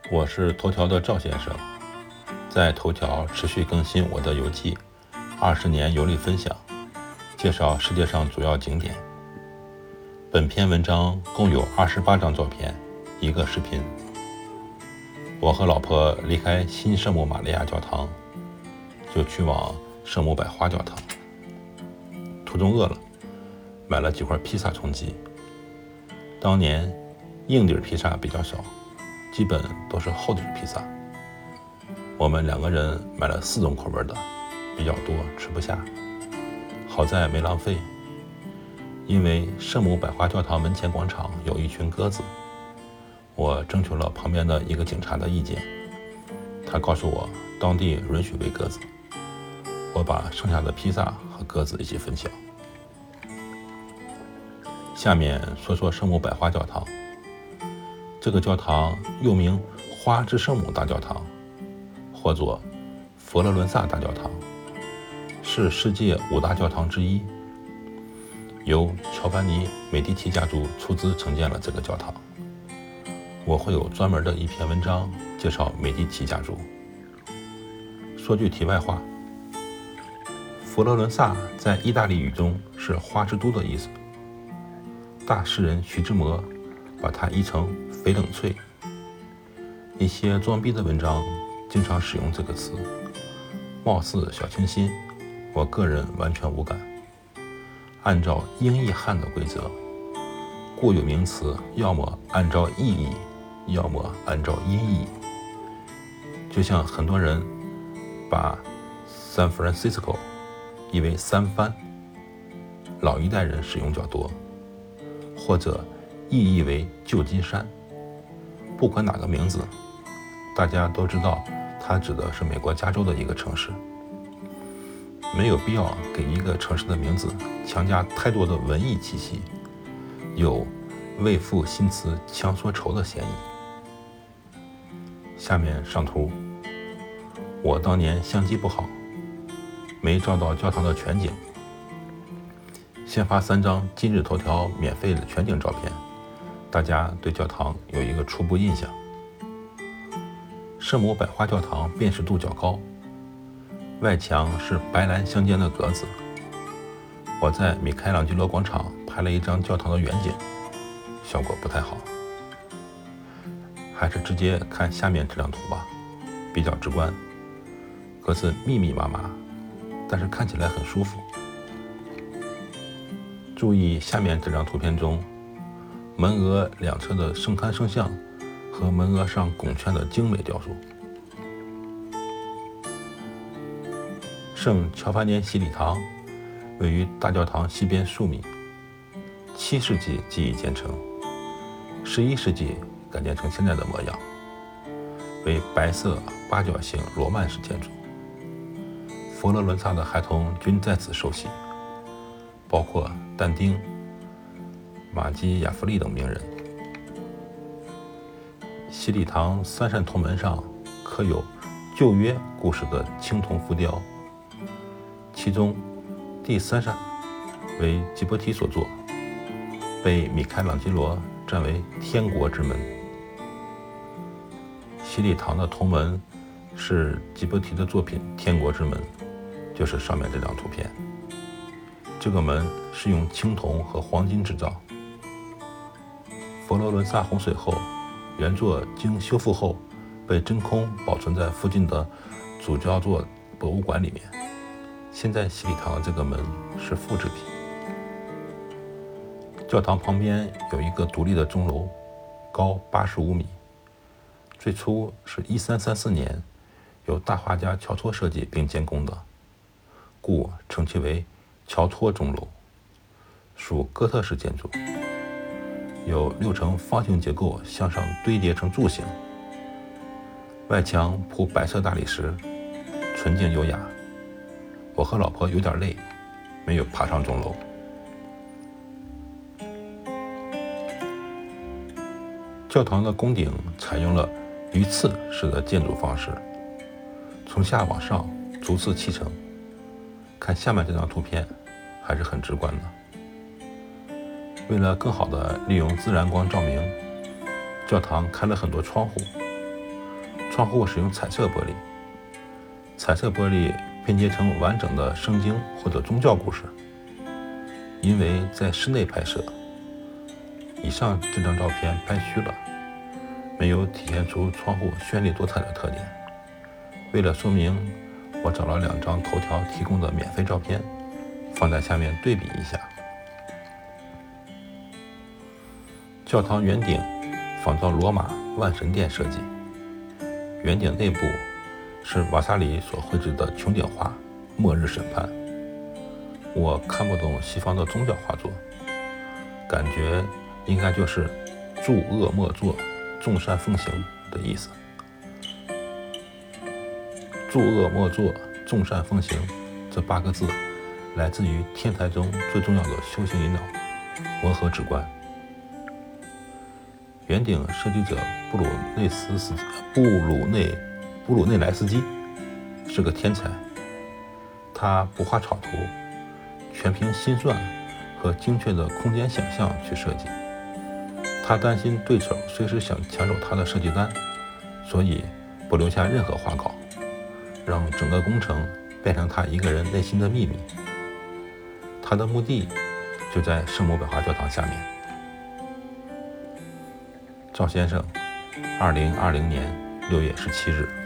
我是头条的赵先生，在头条持续更新我的游记，20年游历分享，介绍世界上主要景点。本篇文章共有28张照片，1个视频。我和老婆离开新圣母玛利亚教堂，就去往圣母百花教堂。途中饿了，买了几块披萨充饥。当年硬底披萨比较少，基本都是厚底披萨。我们2个人买了4种口味的，比较多，吃不下。好在没浪费，因为圣母百花教堂门前广场有一群鸽子。我征求了旁边的一个警察的意见，他告诉我当地允许喂鸽子。我把剩下的披萨和鸽子一起分享。下面说说圣母百花教堂。这个教堂又名花之圣母大教堂，或作佛罗伦萨大教堂，是世界5大教堂之一。由乔凡尼·美第奇家族出资承建了这个教堂。我会有专门的一篇文章介绍美第奇家族。说句题外话，佛罗伦萨在意大利语中是花之都的意思。大诗人徐志摩把它译成翡冷翠。一些装逼的文章经常使用这个词，貌似小清新，我个人完全无感。按照英译汉的规则，固有名词要么按照意义，要么按照音译。就像很多人把 San Francisco 译为三藩，老一代人使用较多，或者意译为旧金山。不管哪个名字，大家都知道它指的是美国加州的一个城市。没有必要给一个城市的名字强加太多的文艺气息，有为赋新词强说愁的嫌疑。下面上图。我当年相机不好，没照到教堂的全景。先发3张今日头条免费的全景照片，大家对教堂有一个初步印象。圣母百花教堂辨识度较高，外墙是白蓝相间的格子。我在米开朗基罗广场拍了一张教堂的远景，效果不太好。还是直接看下面这张图吧，比较直观。格子密密麻麻，但是看起来很舒服。注意下面这张图片中，门额两侧的圣龛圣像和门额上拱券的精美雕塑。圣乔凡年洗礼堂位于大教堂西边数米，7世纪即已建成，11世纪改建成现在的模样，为白色8角形罗曼式建筑。佛罗伦萨的孩童均在此受洗，包括但丁、马基雅弗利等名人。洗礼堂3扇铜门上刻有旧约故事的青铜浮雕，其中第3扇为吉伯提所作，被米开朗基罗占为天国之门。洗礼堂的铜门是吉伯提的作品《天国之门》，就是上面这张图片。这个门是用青铜和黄金制造。佛罗伦萨洪水后，原作经修复后被真空保存在附近的主教座博物馆里面。现在洗礼堂的这个门是复制品。教堂旁边有一个独立的钟楼，高85米。最初是1334年由大画家乔托设计并监工的，故称其为乔托钟楼，属哥特式建筑，有6层方形结构向上堆叠成柱形，外墙铺白色大理石，纯净优雅。我和老婆有点累，没有爬上钟楼。教堂的宫顶采用了鱼刺式的建筑方式，从下往上逐次砌成。看下面这张图片还是很直观的。为了更好地利用自然光照明，教堂开了很多窗户， 窗户使用彩色玻璃，彩色玻璃拼接成完整的圣经或者宗教故事。因为在室内拍摄，以上这张照片拍虚了，没有体现出窗户绚丽多彩的特点。为了说明，我找了2张头条提供的免费照片，放在下面对比一下。教堂圆顶仿照罗马万神殿设计，圆顶内部是瓦萨里所绘制的穹顶画《末日审判》。我看不懂西方的宗教画作，感觉应该就是诸恶莫作，众善奉行的意思。诸恶莫作，众善奉行这8个字来自于天台中最重要的修行引导摩诃止观。圆顶设计者布鲁内莱斯基是个天才，他不画草图，全凭心算和精确的空间想象去设计。他担心对手随时想抢走他的设计单，所以不留下任何画稿，让整个工程变成他一个人内心的秘密。他的墓地就在圣母百花教堂下面。赵先生，2020年6月17日。